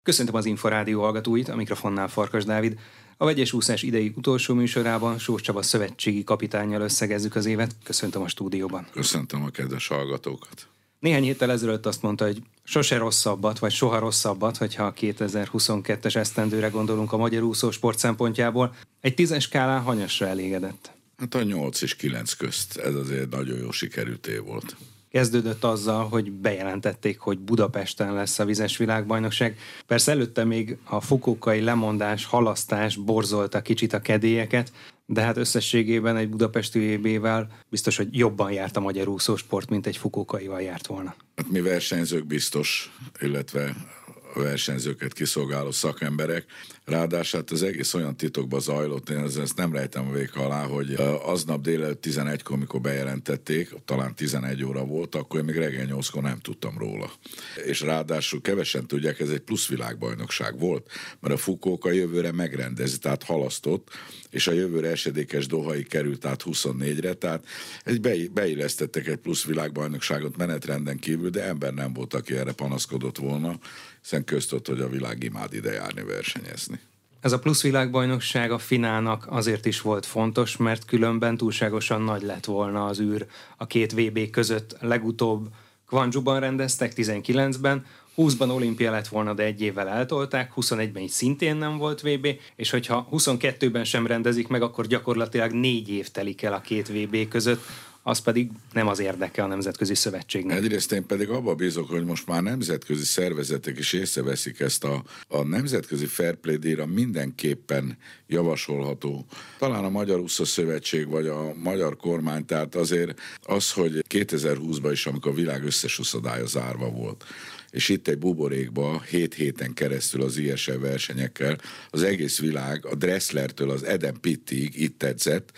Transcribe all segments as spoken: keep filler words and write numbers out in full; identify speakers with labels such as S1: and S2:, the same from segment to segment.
S1: Köszöntöm az Inforádió hallgatóit, a mikrofonnál Farkas Dávid. A vegyes úszás idei utolsó műsorában Sós Csaba szövetségi kapitánnyal összegezzük az évet. Köszöntöm a stúdióban.
S2: Köszöntöm a kedves hallgatókat.
S1: Néhány héttel ezelőtt azt mondta, hogy sose rosszabbat, vagy soha rosszabbat, hogyha a kétezer-huszonkettes esztendőre gondolunk a magyar úszósport szempontjából. Egy tízes skálán hanyasra elégedett?
S2: Hát a nyolc és kilenc közt, ez azért nagyon jó sikerült év volt.
S1: Kezdődött azzal, hogy bejelentették, hogy Budapesten lesz a vizes világbajnokság. Persze előtte még a fukuokai lemondás, halasztás borzolta kicsit a kedélyeket, de hát összességében egy budapesti vé bével biztos, hogy jobban járt a magyar úszósport, mint egy fukuokaival járt volna.
S2: Hát mi versenyzők biztos, illetve a versenyzőket kiszolgáló szakemberek. Ráadásul hát az egész olyan titokba zajlott, én ezt nem rejtem a véka alá, hogy aznap délelőtt tizenegykor, amikor bejelentették, talán tizenegy óra volt, akkor én még reggel nyolckor nem tudtam róla. És ráadásul kevesen tudják, ez egy plusz világbajnokság volt, mert a Fukuoka jövőre megrendezi, tehát halasztott, és a jövőre esedékes Dohai került át huszonnégyre, tehát egy beillesztettek egy plusz világbajnokságot menetrenden kívül, de ember nem volt, aki erre panaszkodott volna, hiszen köztudott, hogy a világ imád ide járni versenyezni.
S1: Ez a plusz világbajnokság a finálnak azért is volt fontos, mert különben túlságosan nagy lett volna az űr a két vé bé között. Legutóbb Gwangjuban rendeztek tizenkilencben, húszban olimpia lett volna, de egy évvel eltolták, huszonegyben így szintén nem volt vé bé, és hogyha huszonkettőben sem rendezik meg, akkor gyakorlatilag négy év telik el a két vé bé között, az pedig nem az érdeke a Nemzetközi Szövetségnek.
S2: Egyrészt én pedig abba bízok, hogy most már nemzetközi szervezetek is észreveszik ezt a, a Nemzetközi Fair Play díjra mindenképpen javasolható. Talán a Magyar Úszó Szövetség vagy a magyar kormány, tehát azért az, hogy kétezer-húszban is, amikor a világ összes úszodája zárva volt, és itt egy buborékba hét héten keresztül az i es el versenyekkel az egész világ, a Dresslertől az Eden Pittig itt edzett.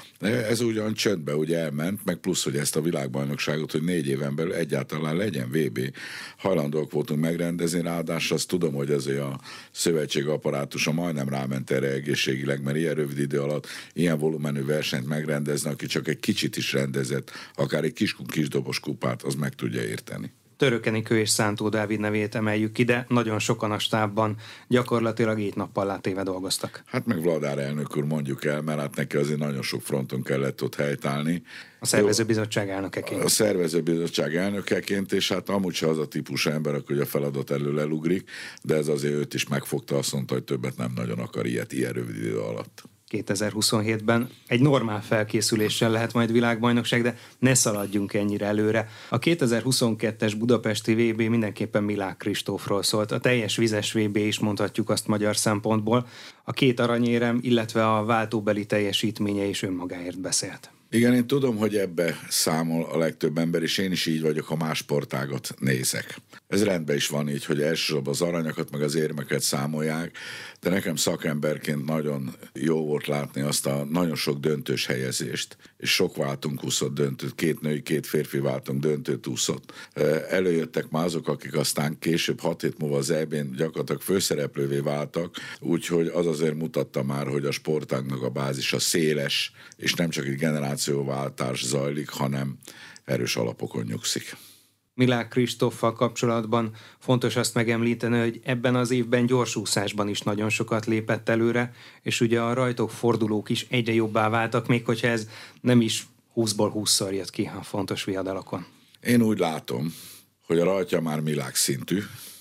S2: Ez ugyan csöndbe ugye elment, meg plusz, hogy ezt a világbajnokságot, hogy négy éven belül egyáltalán legyen vé bé. Hajlandóak voltunk megrendezni, ráadásul azt tudom, hogy azért a szövetség apparátusa majdnem ráment erre egészségileg, mert ilyen rövid idő alatt ilyen volumenű versenyt megrendezni, aki csak egy kicsit is rendezett, akár egy kis, kis dobos kupát, az meg tudja érteni.
S1: Török Enikő és Szántó Dávid nevét emeljük ki, de nagyon sokan a stábban gyakorlatilag hét nappal látéve dolgoztak.
S2: Hát meg Vladár elnök úr mondjuk el, mert hát neki azért nagyon sok fronton kellett ott helytállni.
S1: A szervezőbizottság elnökeként.
S2: A szervezőbizottság elnökeként, és hát amúgy se az a típusú ember, hogy a feladat elől elugrik, de ez azért őt is megfogta, azt mondta, hogy többet nem nagyon akar ilyet ilyen rövid idő alatt.
S1: kétezer-huszonhétben egy normál felkészüléssel lehet majd világbajnokság, de ne szaladjunk ennyire előre. A kétezer-huszonkettes budapesti vé bé mindenképpen Milák Kristófról szólt. A teljes vizes vé bé is mondhatjuk azt magyar szempontból. A két aranyérem, illetve a váltóbeli teljesítménye is önmagáért beszélt.
S2: Igen, én tudom, hogy ebbe számol a legtöbb ember, és én is így vagyok, ha más sportágat nézek. Ez rendben is van így, hogy elsősorban az aranyakat, meg az érmeket számolják, de nekem szakemberként nagyon jó volt látni azt a nagyon sok döntős helyezést, és sok váltunk úszott döntőt, két női, két férfi váltunk döntőt úszott. Előjöttek már azok, akik aztán később hat hét múlva az é bén gyakorlatilag főszereplővé váltak, úgyhogy az azért mutatta már, hogy a sportágnak a bázisa széles, és nem csak egy generációváltás zajlik, hanem erős alapokon nyugszik.
S1: Milák Kristóffal kapcsolatban fontos azt megemlíteni, hogy ebben az évben gyorsúszásban is nagyon sokat lépett előre, és ugye a rajtok, fordulók is egyre jobbá váltak, még hogyha ez nem is húszból húszszor jött ki a fontos viadalakon.
S2: Én úgy látom, hogy a rajtja már Milák szintű,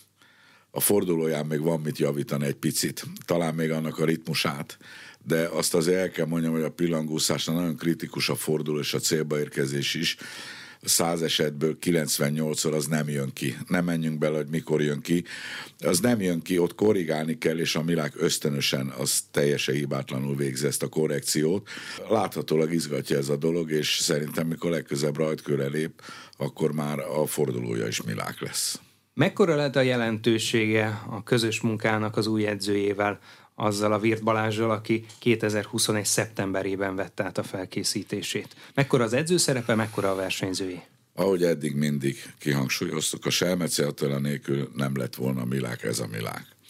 S2: a fordulóján még van mit javítani egy picit, talán még annak a ritmusát, de azt azért el kell mondjam, hogy a pillangúszásnál nagyon kritikus a forduló és a célba érkezés is. száz esetből kilencvennyolcszor az nem jön ki. Nem menjünk bele, hogy mikor jön ki. Az nem jön ki, ott korrigálni kell, és a Milák ösztönösen az teljesen hibátlanul végzi ezt a korrekciót. Láthatólag izgatja ez a dolog, és szerintem mikor legközebb rajtkörre lép, akkor már a fordulója is Milák lesz.
S1: Mekkora lett a jelentősége a közös munkának az új edzőjével, azzal a Virt Balázsral, aki kétezer-huszonegy szeptemberében vette át a felkészítését? Mekkora az edző szerepe, mekkora a versenyzői?
S2: Ahogy eddig mindig kihangsúlyoztuk, a Selmeczi Attila nélkül nem lett volna Milák ez a Milák.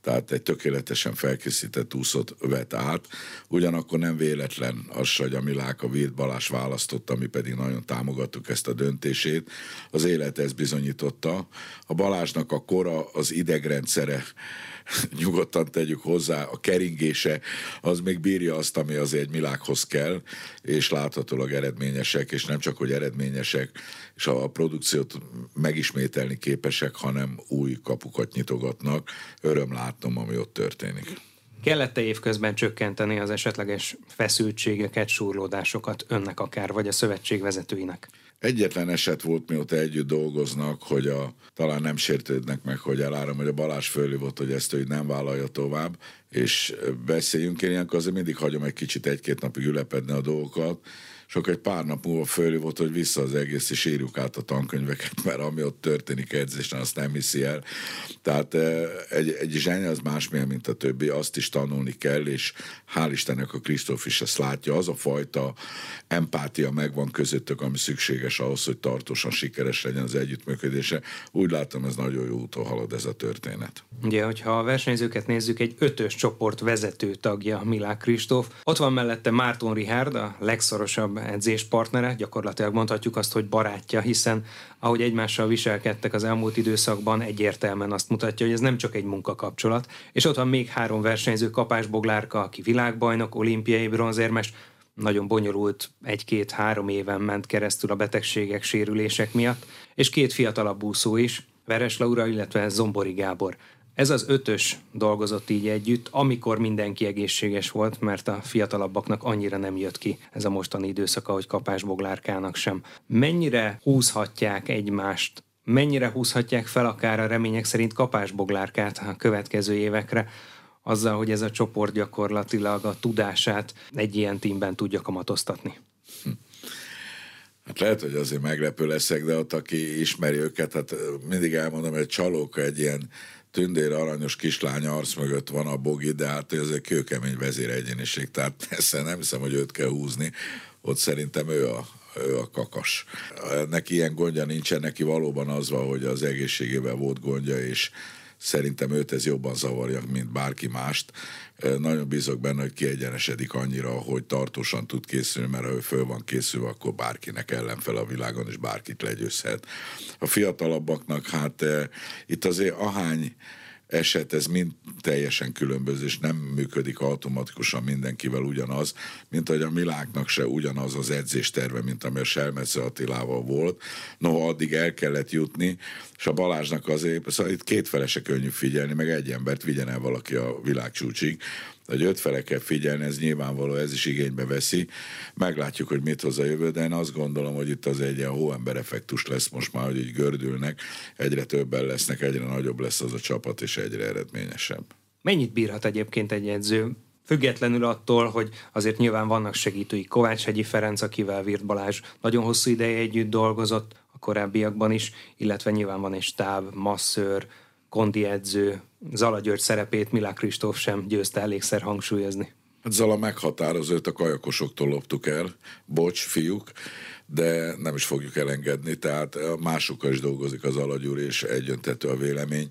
S2: tehát egy tökéletesen felkészített úszót vett át. Ugyanakkor nem véletlen az, hogy a Milák a Wirth Balázs választotta, mi pedig nagyon támogattuk ezt a döntését. Az élet ezt bizonyította. A Balázsnak a kora, az idegrendszere, nyugodtan tegyük hozzá, a keringése, az még bírja azt, ami azért egy Milákhoz kell, és láthatólag eredményesek, és nem csak, hogy eredményesek, és a produkciót megismételni képesek, hanem új kapukat nyitogatnak. Öröm látnom, ami ott történik.
S1: Kellett-e évközben csökkenteni az esetleges feszültségeket, súrlódásokat önnek akár, vagy a szövetség vezetőinek?
S2: Egyetlen eset volt, mióta együtt dolgoznak, hogy a, talán nem sértődnek meg, hogy eláram, hogy a Balázs fölhívott, hogy ezt ő nem vállalja tovább, és beszéljünk, én ilyenkor azért mindig hagyom egy kicsit egy-két napig ülepedni a dolgokat, és akkor egy pár nap múlva fölhívott, hogy vissza az egész, és írjuk át a tankönyveket, mert ami ott történik edzésen, azt nem hiszi el. Tehát egy, egy zseni az másmilyen, mint a többi, azt is tanulni kell, és hál' Istennek a Kristóf is ezt látja. Az a fajta empátia megvan közöttök, ami szükséges ahhoz, hogy tartósan sikeres legyen az együttműködése. Úgy látom, ez nagyon jó úton halad ez a történet.
S1: Ugye, hogyha a versenyzőket nézzük, egy ötös csoport vezető tagja Milák Kristóf. Ott van mellette Márton Richárd, a legszorosabb edzéspartnere, gyakorlatilag mondhatjuk azt, hogy barátja, hiszen ahogy egymással viselkedtek az elmúlt időszakban, egyértelműen azt mutatja, hogy ez nem csak egy munkakapcsolat. És ott van még három versenyző, Kapás Boglárka, aki világbajnok, olimpiai bronzérmes, nagyon bonyolult, egy-két-három éven ment keresztül a betegségek, sérülések miatt, és két fiatalabb úszó is, Veres Laura, illetve Zombori Gábor. Ez az ötös dolgozott így együtt, amikor mindenki egészséges volt, mert a fiatalabbaknak annyira nem jött ki ez a mostani időszak, ahogy Kapás Boglárkának sem. Mennyire húzhatják egymást, mennyire húzhatják fel akár a remények szerint Kapás Boglárkát a következő évekre, azzal, hogy ez a csoport gyakorlatilag a tudását egy ilyen tímben tudja kamatoztatni?
S2: Hm. Hát lehet, hogy azért meglepő leszek, de ott, aki ismeri őket, hát mindig elmondom, hogy Csalóka egy ilyen tündér aranyos kislány arc mögött van a Bogi, de hát ez egy kőkemény vezéregyéniség, tehát ezt nem hiszem, hogy őt kell húzni, ott szerintem ő a, ő a kakas. Neki ilyen gondja nincsen, neki valóban az van, hogy az egészségével volt gondja, és szerintem őt ez jobban zavarja, mint bárki mást. Nagyon bízok benne, hogy kiegyenesedik annyira, hogy tartósan tud készülni, mert ha ő föl van készülve, akkor bárkinek ellenfel a világon, és bárkit legyőzhet. A fiatalabbaknak, hát eh, itt azért ahány eset, ez mind teljesen különböző, és nem működik automatikusan mindenkivel ugyanaz, mint hogy a Miláknak se ugyanaz az edzésterve, mint ami a Selmecő Attilával volt. Noha addig el kellett jutni, és a Balázsnak azért, szóval itt kétfele se könnyű figyelni, meg egy embert vigyen el valaki a világcsúcsig, hogy ötfele kell figyelni, ez nyilvánvaló, ez is igénybe veszi. Meglátjuk, hogy mit hoz a jövő, de én azt gondolom, hogy itt az egy ilyen hóember effektus lesz most már, hogy így gördülnek, egyre többen lesznek, egyre nagyobb lesz az a csapat, és egyre eredményesebb.
S1: Mennyit bírhat egyébként egy edző? Függetlenül attól, hogy azért nyilván vannak segítői. Kovácshegyi Ferenc, akivel Wirth Balázs nagyon hosszú ideje együtt dolgozott a korábbiakban is, illetve nyilván van egy stáb, masszőr, kondi edző, Zala György szerepét Milák Kristóf sem győzte elégszer hangsúlyozni.
S2: Hát Zala meghatározót a kajakosoktól loptuk el, bocs, fiúk, de nem is fogjuk elengedni, tehát másokkal is dolgozik az Zala Gyuri, és egyöntető a vélemény.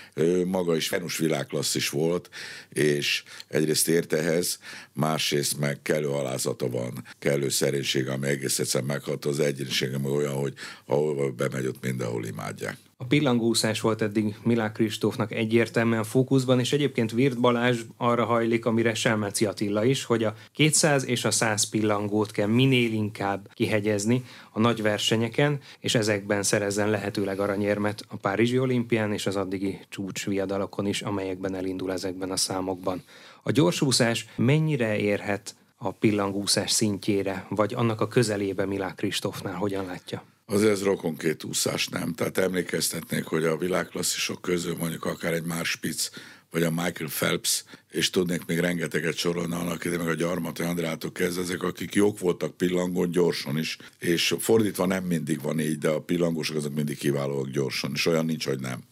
S2: Ő maga is Venus világklasszis volt, és egyrészt ért ehhez, másrészt meg kellő alázata van, kellő szerénység, ami egész egyszerűen meghat, az egyéniségem olyan, hogy ahol bemegy, ott mindenhol imádják.
S1: A pillangóúszás volt eddig Milák Kristófnak egyértelműen fókuszban, és egyébként Wirth Balázs arra hajlik, amire Selmeci Attila is, hogy a kétszáz és a száz pillangót kell minél inkább kihegyezni a nagy versenyeken, és ezekben szerezzen lehetőleg aranyérmet a Párizsi olimpián és az addigi csúcsviadalokon is, amelyekben elindul ezekben a számokban. A gyorsúszás mennyire érhet a pillangúszás szintjére, vagy annak a közelébe Milák Kristófnál, hogyan látja?
S2: Az ez rokonkét úszás, nem? Tehát emlékeztetnék, hogy a világklasszisok közül mondjuk akár egy Mark Spitz, vagy a Michael Phelps, és tudnék még rengeteget sorolni annak ide, meg a Gyarmati Andrától kezdve, ezek, akik jók voltak pillangón, gyorsan is, és fordítva nem mindig van így, de a pillangósok azok mindig kiválóak gyorsan, és olyan nincs, hogy nem.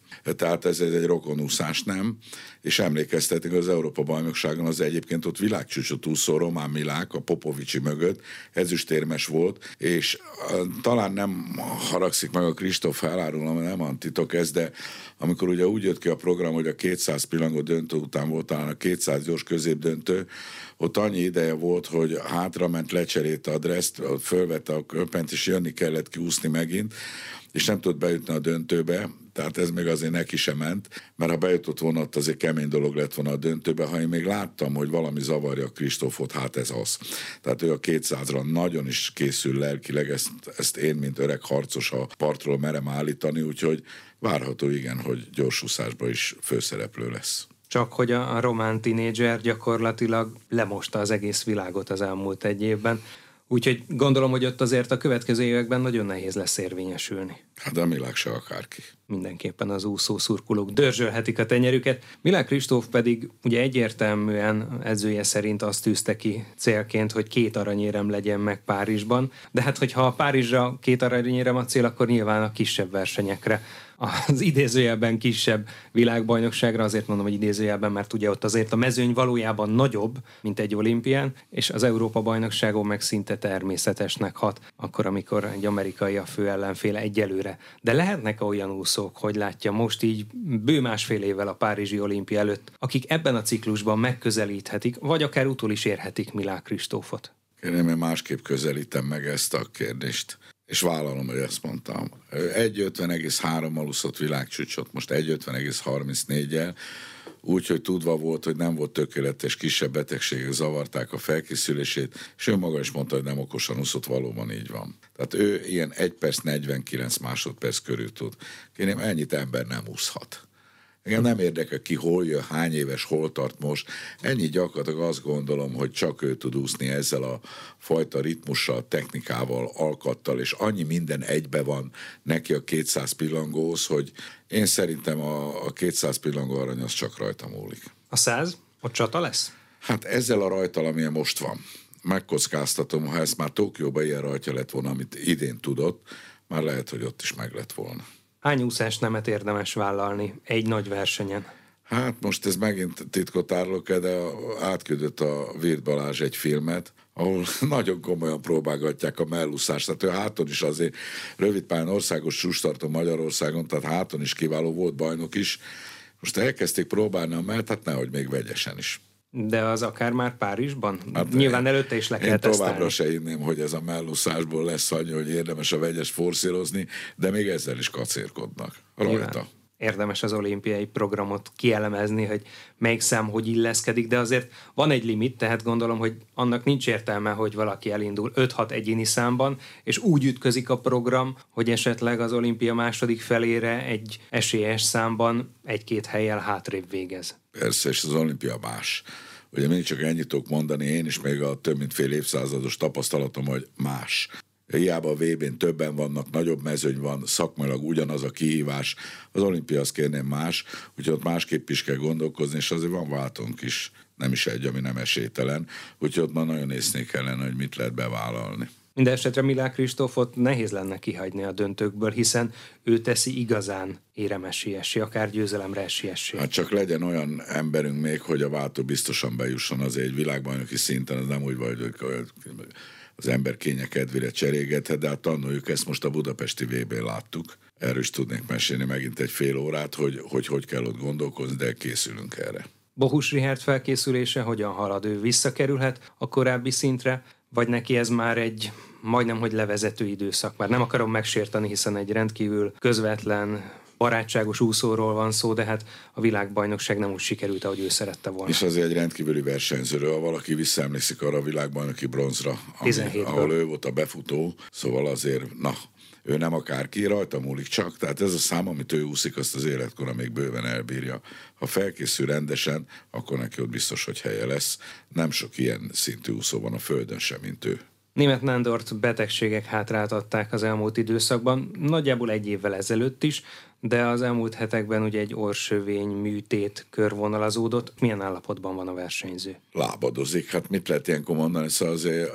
S2: Tehát ez, ez egy rokonúszás, nem? És emlékeztetünk, az Európa-bajnokságon az egyébként ott világcsúcsot úszó Román Milák a Popovicsi mögött ezüstérmes volt, és uh, talán nem haragszik meg a Kristóf, elárulom, nem antitok ez, de amikor ugye úgy jött ki a program, hogy a kétszáz pillangó döntő után volt talán a kétszáz gyors középdöntő, ott annyi ideje volt, hogy hátrament, lecserélte a dresszt, fölvette a köpent, és jönni kellett kiúszni megint, és nem tudott bejutni a döntőbe, tehát ez még azért neki sem ment, mert ha bejutott volna, ott azért kemény dolog lett volna a döntőbe, ha én még láttam, hogy valami zavarja a Kristófot, hát ez az. Tehát ő a kétszázra nagyon is készül lelkileg, ezt, ezt én, mint öreg harcos a partról merem állítani, úgyhogy várható igen, hogy gyorsúszásban is főszereplő lesz.
S1: Csak hogy a, a román tinédzser gyakorlatilag lemosta az egész világot az elmúlt egy évben. Úgyhogy gondolom, hogy ott azért a következő években nagyon nehéz lesz érvényesülni.
S2: Hát a Milák se akárki.
S1: Mindenképpen az úszó szurkolók dörzsölhetik a tenyerüket. Milák Kristóf pedig ugye egyértelműen edzője szerint azt tűzte ki célként, hogy két aranyérem legyen meg Párizsban. De hát, hogyha a Párizsra két aranyérem a cél, akkor nyilván a kisebb versenyekre, az idézőjelben kisebb világbajnokságra, azért mondom, hogy idézőjelben, mert ugye ott azért a mezőny valójában nagyobb, mint egy olimpián, és az Európa-bajnokságon meg szinte természetesnek hat, akkor, amikor egy amerikai a fő ellenféle egyelőre. De lehetnek olyan úszók, hogy látja most így bő másfél évvel a párizsi olimpia előtt, akik ebben a ciklusban megközelíthetik, vagy akár utol is érhetik Milák Kristófot?
S2: Én másképp közelítem meg ezt a kérdést. És vállalom, hogy ezt mondtam. egy ötven egész hárommal úszott világcsúcsot, most egy ötven egész harmincnégyel, úgyhogy tudva volt, hogy nem volt tökéletes, kisebb betegségek zavarták a felkészülését, és ő maga is mondta, hogy nem okosan úszott, valóban így van. Tehát ő ilyen egy perc negyvenkilenc másodperc körül tud. Kérem, ennyit ember nem úszhat. Engem nem érdekel ki, hol jön, hány éves, hol tart most. Ennyi gyakorlatilag azt gondolom, hogy csak ő tud úszni ezzel a fajta ritmussal, technikával, alkattal, és annyi minden egybe van neki a kétszáz pillangóhoz, hogy én szerintem a, a kétszáz pillangó arany az csak rajta múlik.
S1: A száz? Ott csata lesz?
S2: Hát ezzel a rajtal, amilyen most van. Megkockáztatom, ha ezt már Tokióban ilyen rajta lett volna, amit idén tudott, már lehet, hogy ott is meg lett volna.
S1: Hány úszás nemet érdemes vállalni egy nagy versenyen?
S2: Hát most ez megint titkot árulok, de átküldött a Virt Balázs egy filmet, ahol nagyon komolyan próbálgatják a mellúszást. Tehát ő háton is azért rövidpályán országos csúcstartó Magyarországon, tehát háton is kiváló volt, bajnok is. Most elkezdték próbálni a mellt, hát nehogy még vegyesen is.
S1: De az akár már Párizsban? Hát nyilván
S2: én,
S1: előtte is le kell
S2: én
S1: tesztelni.
S2: Továbbra se inném, hogy ez a mellúszásból lesz annyi, hogy érdemes a vegyes forszírozni, de még ezzel is kacérkodnak. Rajta.
S1: Nyilván érdemes az olimpiai programot kielemezni, hogy melyik szám hogy illeszkedik, de azért van egy limit, tehát gondolom, hogy annak nincs értelme, hogy valaki elindul öt-hat egyéni számban, és úgy ütközik a program, hogy esetleg az olimpia második felére egy esélyes számban egy-két hellyel hátrébb végez.
S2: Persze, és az olimpia más. Ugye mindig csak ennyit tudok mondani, én is még a több mint fél évszázados tapasztalatom, hogy más. Hiába a vé bén többen vannak, nagyobb mezőny van, szakmailag ugyanaz a kihívás. Az olimpia azt kérném más, úgyhogy ott másképp is kell gondolkozni, és azért van váltónk is, nem is egy, ami nem esélytelen, úgyhogy ott már nagyon észnél kellene, hogy mit lehet bevállalni.
S1: Mindenesetre Milák Kristófot nehéz lenne kihagyni a döntőkből, hiszen ő teszi igazán éremesélyessé, akár győzelemre esélyessé.
S2: Hát csak legyen olyan emberünk még, hogy a váltó biztosan bejusson azért egy világbajnoki szinten, az nem úgy vagy, hogy az ember kénye kedvére cserélgethet, de hát tanuljuk ezt, most a budapesti vé bén láttuk. Erről is tudnék mesélni megint egy fél órát, hogy hogy, hogy kell ott gondolkozni, de készülünk erre.
S1: Bohus Richard felkészülése hogyan halad? Ő visszakerülhet a korábbi szintre, vagy neki ez már egy majdnem, hogy levezető időszak? Már nem akarom megsérteni, hiszen egy rendkívül közvetlen, barátságos úszóról van szó, de hát a világbajnokság nem úgy sikerült, ahogy ő szerette volna.
S2: És azért egy rendkívüli versenyzőről, ha valaki visszaemlékszik arra a világbajnoki bronzra, ami, ahol ő volt a befutó, szóval azért, na, ő nem akárki, rajta múlik csak, tehát ez a szám, amit ő úszik, azt az életkora még bőven elbírja. Ha felkészül rendesen, akkor neki ott biztos, hogy helye lesz. Nem sok ilyen szintű úszó van a földön sem, mint ő.
S1: Németh Nándort betegségek hátráltatták az elmúlt időszakban, nagyjából egy évvel ezelőtt is, de az elmúlt hetekben ugye egy orrsövény műtét körvonalazódott. Milyen állapotban van a versenyző?
S2: Lábadozik, hát mit lehet ilyenkor mondani, szóval azért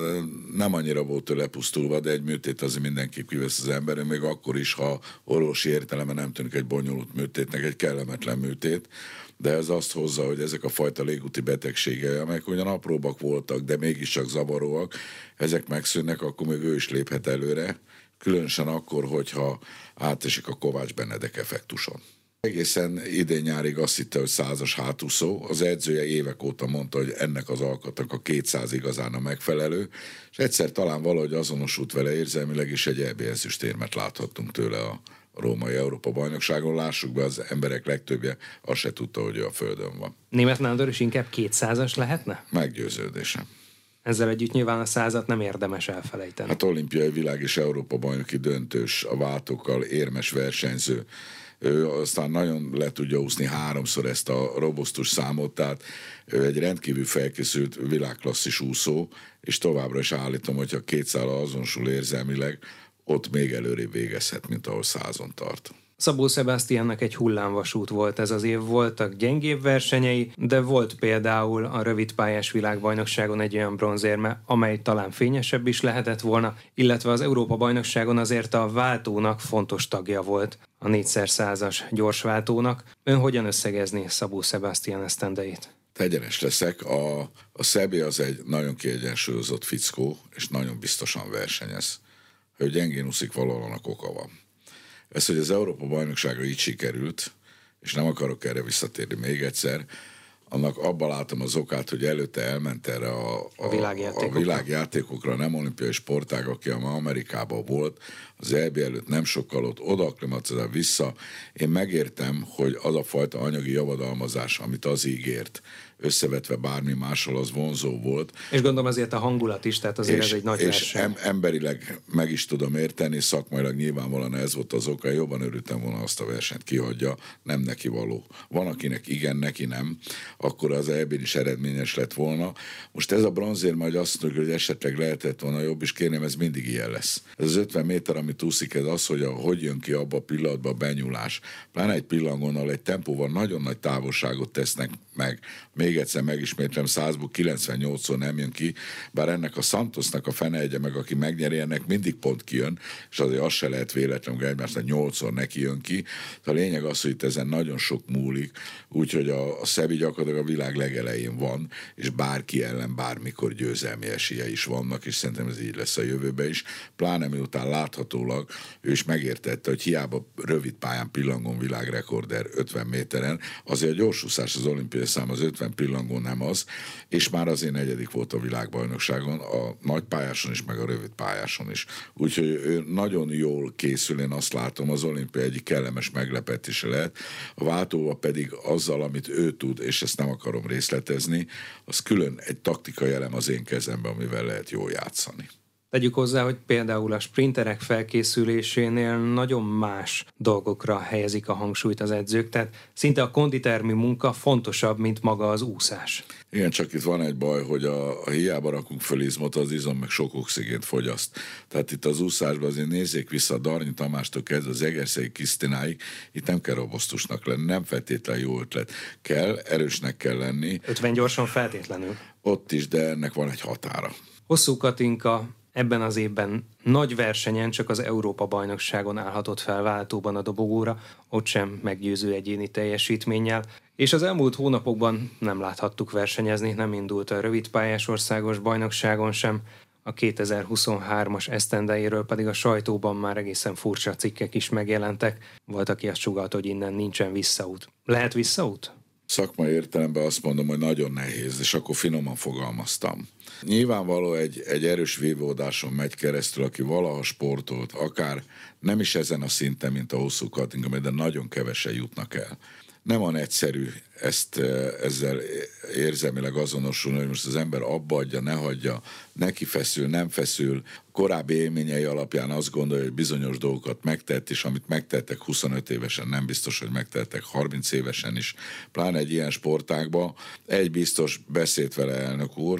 S2: nem annyira volt tőle pusztulva, de egy műtét azért mindenképp kivesz az ember, még akkor is, ha orvosi értelemben nem tűnik egy bonyolult műtétnek, egy kellemetlen műtét, de ez azt hozza, hogy ezek a fajta légúti betegségei, amelyek ugyan apróbbak voltak, de mégiscsak zavaróak, ezek megszűnnek, akkor még ő is léphet előre, különösen akkor, hogyha átesik a Kovács Benedek effektuson. Egészen idén nyárig azt hitte, hogy százas hátúszó, az edzője évek óta mondta, hogy ennek az alkatnak a kétszáz igazán a megfelelő, és egyszer talán valahogy azonosult vele érzelmileg, és egy é bé ezüstérmet láthattunk tőle a római Európa-bajnokságon. Lássuk be, az emberek legtöbbje azt se tudta, hogy ő a földön van.
S1: Németh Nándor is inkább kétszázas lehetne?
S2: Meggyőződésem.
S1: Ezzel együtt nyilván a százat nem érdemes elfelejteni.
S2: Hát olimpiai világ és Európa-bajnoki döntős, a váltókkal érmes versenyző. Ő aztán nagyon le tudja úszni háromszor ezt a robosztus számot, tehát ő egy rendkívül felkészült világklasszis úszó, és továbbra is állítom, hogyha kétszállal azonosul érzelmileg, ott még előrébb végezhet, mint ahol százon tart.
S1: Szabó Sebastiannak egy hullámvasút volt ez az év, voltak gyengébb versenyei, de volt például a rövidpályás világbajnokságon egy olyan bronzérme, amely talán fényesebb is lehetett volna, illetve az Európa-bajnokságon azért a váltónak fontos tagja volt, a négyszer százas gyorsváltónak. Ön hogyan összegezni Szabó Sebastian esztendeit?
S2: Tegyenes leszek, a, a Szabi az egy nagyon kiegyensúlyozott fickó, és nagyon biztosan versenyez. Ő gyengén úszik, valahol annak oka van. Ez, hogy az Európa-bajnoksága így sikerült, és nem akarok erre visszatérni még egyszer, annak abban látom az okát, hogy előtte elment erre a, a,
S1: a, világjátékokra.
S2: a világjátékokra, nem olimpiai sportág, aki Amerikában volt, az é bé előtt nem sokkal ott, oda akklimatizál vissza. Én megértem, hogy az a fajta anyagi javadalmazás, amit az ígért, összevetve bármi máshol, az vonzó volt.
S1: És gondolom azért a hangulat is, tehát azért
S2: és,
S1: ez egy nagy
S2: és
S1: verseny.
S2: Em, emberileg meg is tudom érteni, szakmailag nyilvánvalóan ez volt az oka, jobban örültem volna, azt a versenyt kihagyja, nem neki való. Van, akinek igen, neki nem, akkor az é bén is eredményes lett volna. Most ez a bronzér majd azt mondjuk, hogy esetleg lehetett volna jobb, és kérném, ez mindig ilyen lesz. Ez az ötven méter, amit úszik, ez az, hogy a, hogy jön ki abba a pillanatban a benyúlás. Pláne egy pillangonnal, egy tempóval nagyon nagy távolságot tesznek meg. Még egyszer megismétlem, százból kilencvennyolcszor nem jön ki, bár ennek a Santosnak a fenelje meg, aki megnyeri, ennek mindig pont kijön, és azért az se lehet véletlenül, hogy egymásnak nyolcszor neki jön ki. A lényeg az, hogy itt ezen nagyon sok múlik, úgyhogy a, a Szabi gyakorlatilag a világ legelején van, és bárki ellen bármikor győzelmi esélye is vannak, és szerintem ez így lesz a jövőben is. Pláne miután láthatólag ő is megértette, hogy hiába rövid pályán pillangon világrekorder ötven méteren, azért a gyorsúszás az olimpiai szám az ötven pillangó nem az, és már azért negyedik volt a világbajnokságon, a nagy pályáson is, meg a rövid pályáson is. Úgyhogy ő nagyon jól készül, én azt látom, az olimpia egyik kellemes meglepetése lehet. A váltóval pedig azzal, amit ő tud, és ezt nem akarom részletezni, az külön egy taktikai elem az én kezemben, amivel lehet jól játszani.
S1: Tegyük hozzá, hogy például a sprinterek felkészülésénél nagyon más dolgokra helyezik a hangsúlyt az edzők, tehát szinte a konditermi munka fontosabb, mint maga az úszás.
S2: Igen, csak itt van egy baj, hogy a, a hiába rakunk föl izmot, az izom meg sok oxigént fogyaszt. Tehát itt az úszásban azért nézzék vissza a Darnyi Tamástól kezdve az Egerszegi Krisztináig, itt nem kell robosztusnak lenni, nem feltétlenül jó ötlet. Kell, erősnek kell lenni.
S1: ötven gyorsan feltétlenül.
S2: Ott is, de ennek van egy határa.
S1: Hosszú Katinka ebben az évben nagy versenyen csak az Európa-bajnokságon állhatott fel váltóban a dobogóra, ott sem meggyőző egyéni teljesítménnyel, és az elmúlt hónapokban nem láthattuk versenyezni, nem indult a rövidpályás országos bajnokságon sem, a kétezer-huszonhármas esztendeiről pedig a sajtóban már egészen furcsa cikkek is megjelentek, volt, aki azt sugalt, hogy innen nincsen visszaút. Lehet visszaút?
S2: Szakmai értelemben azt mondom, hogy nagyon nehéz, és akkor finoman fogalmaztam. Nyilvánvaló egy, egy erős vívódáson megy keresztül, aki valaha sportolt, akár nem is ezen a szinten, mint a Hosszú Katinka, de nagyon kevesen jutnak el. Nem olyan egyszerű ezt ezzel érzelmileg azonosulni, hogy most az ember abba adja, ne hagyja, neki feszül, nem feszül. Korábbi élményei alapján azt gondolja, hogy bizonyos dolgokat megtett, és amit megtettek huszonöt évesen, nem biztos, hogy megtettek harminc évesen is. Pláne egy ilyen sportágban. Egy biztos, beszélt vele elnök úr,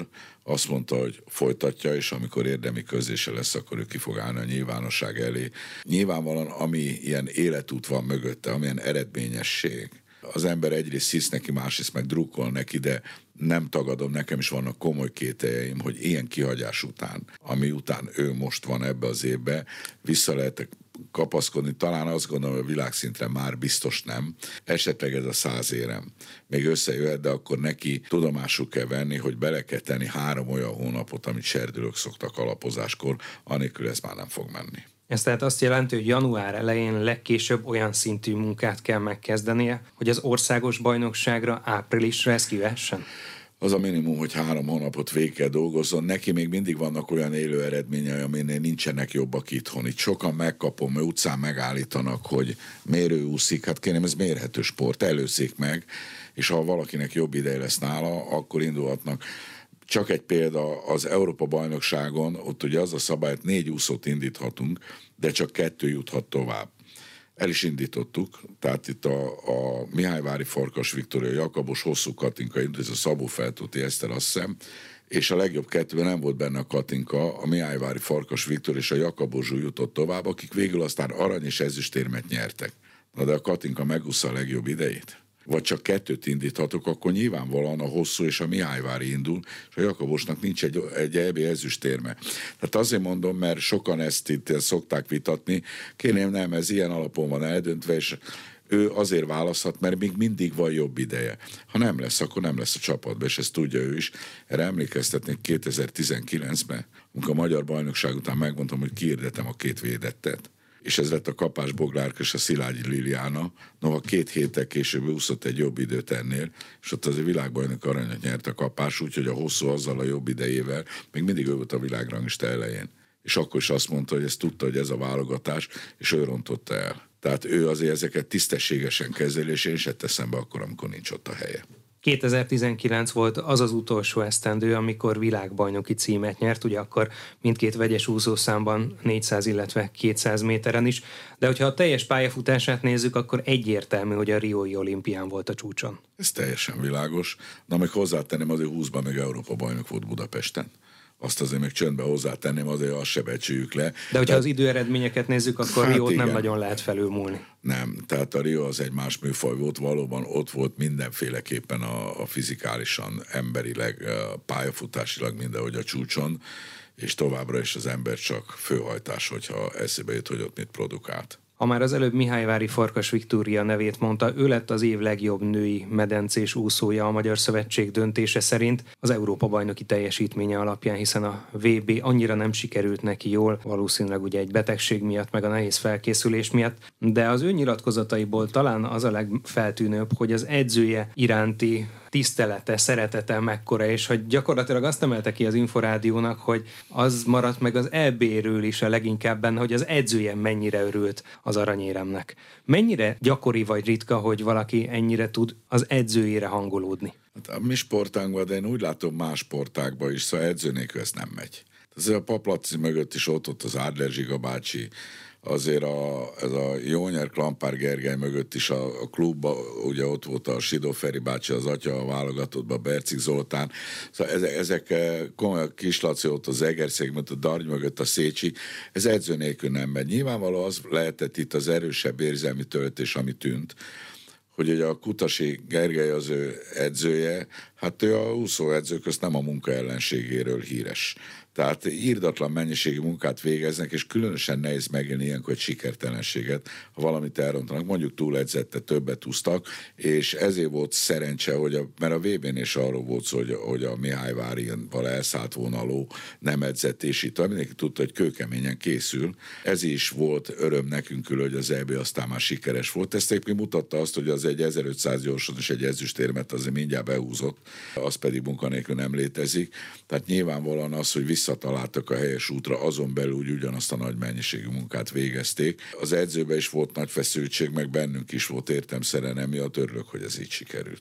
S2: azt mondta, hogy folytatja, és amikor érdemi közlése lesz, akkor ő ki fog állni a nyilvánosság elé. Nyilvánvalóan, ami ilyen életút van mögötte, amilyen eredményesség, az ember egyrészt hisz neki, másrészt meg drukkol neki, de nem tagadom, nekem is vannak komoly kételjeim, hogy ilyen kihagyás után, ami után ő most van ebbe az évbe, vissza lehet kapaszkodni, talán azt gondolom, hogy a világszintre már biztos nem. Esetleg ez a száz érem még összejöhet, de akkor neki tudomásul kell venni, hogy bele kell tenni három olyan hónapot, amit serdülők szoktak alapozáskor, anélkül ez már nem fog menni.
S1: Ez tehát azt jelenti, hogy január elején legkésőbb olyan szintű munkát kell megkezdenie, hogy az országos bajnokságra áprilisra ez kivessen?
S2: Az a minimum, hogy három hónapot végig kell dolgozzon. Neki még mindig vannak olyan élő eredményei, aminél nincsenek jobbak itthon. Itt sokan megkapom, mert utcán megállítanak, hogy miért ő úszik. Hát kérem, ez mérhető sport, előszik meg, és ha valakinek jobb ideje lesz nála, akkor indulhatnak. Csak egy példa, az Európa-bajnokságon, ott ugye az a szabály, hogy négy úszót indíthatunk, de csak kettő juthat tovább. El is indítottuk, tehát itt a, a Mihályvári Farkas Viktória, Jakabos, Hosszú Katinka, ez a Szabó Feltóti Eszter, azt hiszem, és a legjobb kettőben nem volt benne a Katinka, a Mihályvári Farkas Viktor és a Jakabos Zsú jutott tovább, akik végül aztán arany és ezüstérmet nyertek. Na de a Katinka megúszta a legjobb idejét. Vagy csak kettőt indíthatok, akkor nyilvánvalóan a Hosszú és a Mihályvári indul, és a Jakabosnak nincs egy, egy é bé ezüstérme. Tehát azért mondom, mert sokan ezt itt szokták vitatni, kérném nem, ez ilyen alapon van eldöntve, és ő azért választhat, mert még mindig van jobb ideje. Ha nem lesz, akkor nem lesz a csapatban, és ezt tudja ő is. Erre emlékeztetnék kétezer-tizenkilencben, amikor a magyar bajnokság után megmondtam, hogy kiirdetem a két védettet, és ez lett a Kapás Boglárka és a Szilágyi Liliana. Noha két héttel később úszott egy jobb időt ennél, és ott az a világbajnok aranyat nyert a Kapás, úgyhogy a Hosszú azzal a jobb idejével még mindig ő volt a világranglista elején. És akkor is azt mondta, hogy ezt tudta, hogy ez a válogatás, és ő rontotta el. Tehát ő azért ezeket tisztességesen kezeli, és én se teszem be akkor, amikor nincs ott a helye.
S1: kétezer-tizenkilenc volt az az utolsó esztendő, amikor világbajnoki címet nyert, ugye akkor mindkét vegyes úszószámban négyszáz, illetve kétszáz méteren is, de hogyha a teljes pályafutását nézzük, akkor egyértelmű, hogy a riói olimpián volt a csúcson.
S2: Ez teljesen világos, de még hozzátenném, azért húszban meg Európa bajnok volt Budapesten. Azt azért még csöndben hozzátenném, azért azt se becsüljük le.
S1: De hogyha de... az időeredményeket nézzük, akkor hát Riót igen. nem nagyon lehet felülmúlni.
S2: Nem, tehát a Rio az egy más műfaj volt, valóban ott volt mindenféleképpen a, a fizikálisan, emberileg, a pályafutásilag mindenhogy a csúcson, és továbbra is az ember csak főhajtás, hogyha eszébe jut, hogy ott mit produkált.
S1: Ha már az előbb Mihályvári Farkas Viktória nevét mondta, ő lett az év legjobb női medencés úszója a Magyar Szövetség döntése szerint az Európa-bajnoki teljesítménye alapján, hiszen a vé bé annyira nem sikerült neki jól, valószínűleg ugye egy betegség miatt, meg a nehéz felkészülés miatt, de az ő nyilatkozataiból talán az a legfeltűnőbb, hogy az edzője iránti tisztelete, szeretete mekkora, és hogy gyakorlatilag azt emelte ki az Inforádiónak, hogy az maradt meg az é béről is a leginkább benne, hogy az edzője mennyire örült az aranyéremnek. Mennyire gyakori vagy ritka, hogy valaki ennyire tud az edzőjére hangolódni?
S2: Hát a mi sportánkban, de én úgy látom más sportákban is, szóval edző nélkül ez nem megy. Azért a Paplaci mögött is ott, ott az Adler Zsiga bácsi, azért a, ez a Jónyer Klampár Gergely mögött is a, a klubban, ugye ott volt a Sidó Feri bácsi, az atya a válogatottban, Bercik Zoltán, szóval ezek, ezek komoly, a Kislaci ott az Egerszeg, a Dargy mögött a Szécsi, ez edző nélkül nem megy. Nyilvánvaló az lehetett itt az erősebb érzelmi töltés, ami tűnt, hogy ugye a Kutasi Gergely az ő edzője, hát ő a úszóedző közt nem a munka ellenségéről híres. Tehát írdatlan mennyiségű munkát végeznek, és különösen nehéz megélni ilyenkor egy sikertelenséget, ha valamit elrontanak. Mondjuk túledzette, többet úsztak, és ezért volt szerencse, hogy a, mert a vé bén is arról volt szó, hogy, hogy a Mihályvárival elszállt volna a ló, nem edzett, és itt mindenki tudta, hogy kőkeményen készül. Ez is volt öröm nekünk, hogy az é bé aztán már sikeres volt. Ezt egyébként mutatta azt, hogy az egy ezerötszáz gyorson és egy ezüstérmet azért mindjárt behúzott, az pedig munkanélkül nem létezik. Tehát nyilvánvalóan az, hogy visszataláltak a helyes útra, azon belül úgy ugyanazt a nagy mennyiségű munkát végezték. Az edzőben is volt nagy feszültség, meg bennünk is volt értelemszerűen, emiatt örülök, hogy ez így sikerült.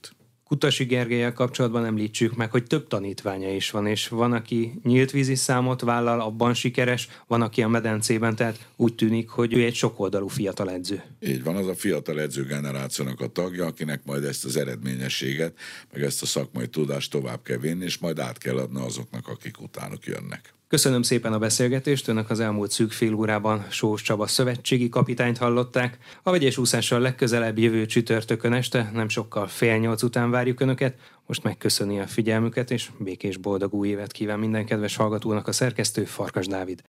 S1: Kutasi Gergellyel kapcsolatban említsük meg, hogy több tanítványa is van, és van, aki nyílt vízi számot vállal, abban sikeres, van, aki a medencében, tehát úgy tűnik, hogy ő egy sokoldalú fiatal edző.
S2: Így van, az a fiatal edző generációnak a tagja, akinek majd ezt az eredményességet, meg ezt a szakmai tudást tovább kell vinni, és majd át kell adni azoknak, akik utánuk jönnek.
S1: Köszönöm szépen a beszélgetést, önök az elmúlt szűk fél órában Sós Csaba szövetségi kapitányt hallották. A vegyes úszással legközelebb jövő csütörtökön este, nem sokkal fél nyolc után várjuk önöket. Most megköszöni a figyelmüket, és békés boldog új évet kíván minden kedves hallgatónak a szerkesztő, Farkas Dávid.